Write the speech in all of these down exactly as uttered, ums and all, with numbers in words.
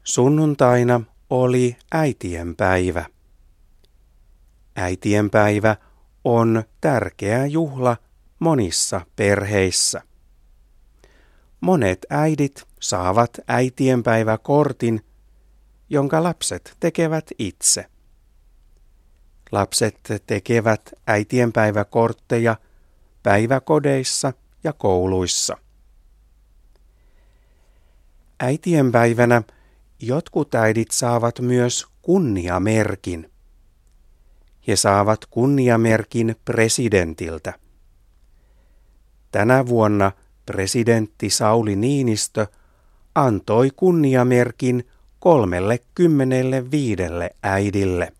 Sunnuntaina oli äitienpäivä. Äitienpäivä on tärkeä juhla monissa perheissä. Monet äidit saavat äitienpäiväkortin, jonka lapset tekevät itse. Lapset tekevät äitienpäiväkortteja päiväkodeissa ja kouluissa. Äitienpäivänä jotkut äidit saavat myös kunniamerkin. He saavat kunniamerkin presidentiltä. Tänä vuonna presidentti Sauli Niinistö antoi kunniamerkin kolmellekymmenelle viidelle äidille.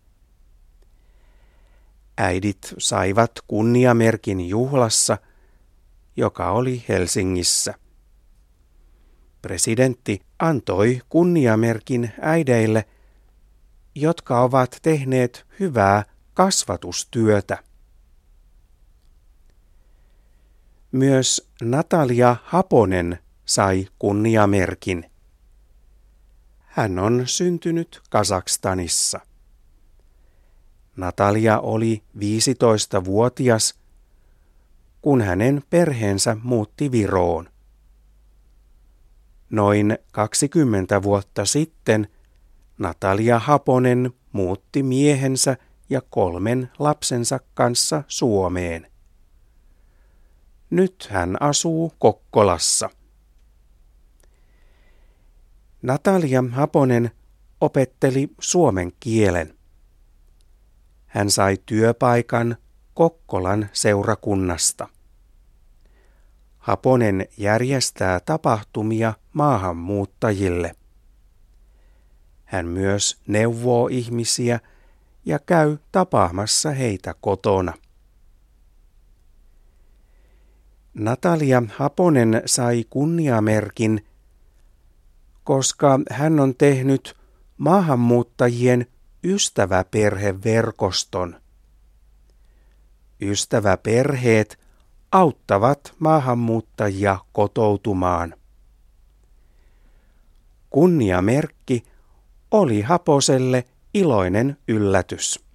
Äidit saivat kunniamerkin juhlassa, joka oli Helsingissä. Presidentti antoi kunniamerkin äideille, jotka ovat tehneet hyvää kasvatustyötä. Myös Natalia Haponen sai kunniamerkin. Hän on syntynyt Kazakstanissa. Natalia oli viisitoistavuotias, kun hänen perheensä muutti Viroon. Noin kaksikymmentä vuotta sitten Natalia Haponen muutti miehensä ja kolmen lapsensa kanssa Suomeen. Nyt hän asuu Kokkolassa. Natalia Haponen opetteli suomen kielen. Hän sai työpaikan Kokkolan seurakunnasta. Haponen järjestää tapahtumia maahanmuuttajille. Hän myös neuvoo ihmisiä ja käy tapaamassa heitä kotona. Natalia Haponen sai kunniamerkin, koska hän on tehnyt maahanmuuttajien ystäväperheverkoston. Ystäväperheet auttavat maahanmuuttajia kotoutumaan. Kunniamerkki oli Haposelle iloinen yllätys.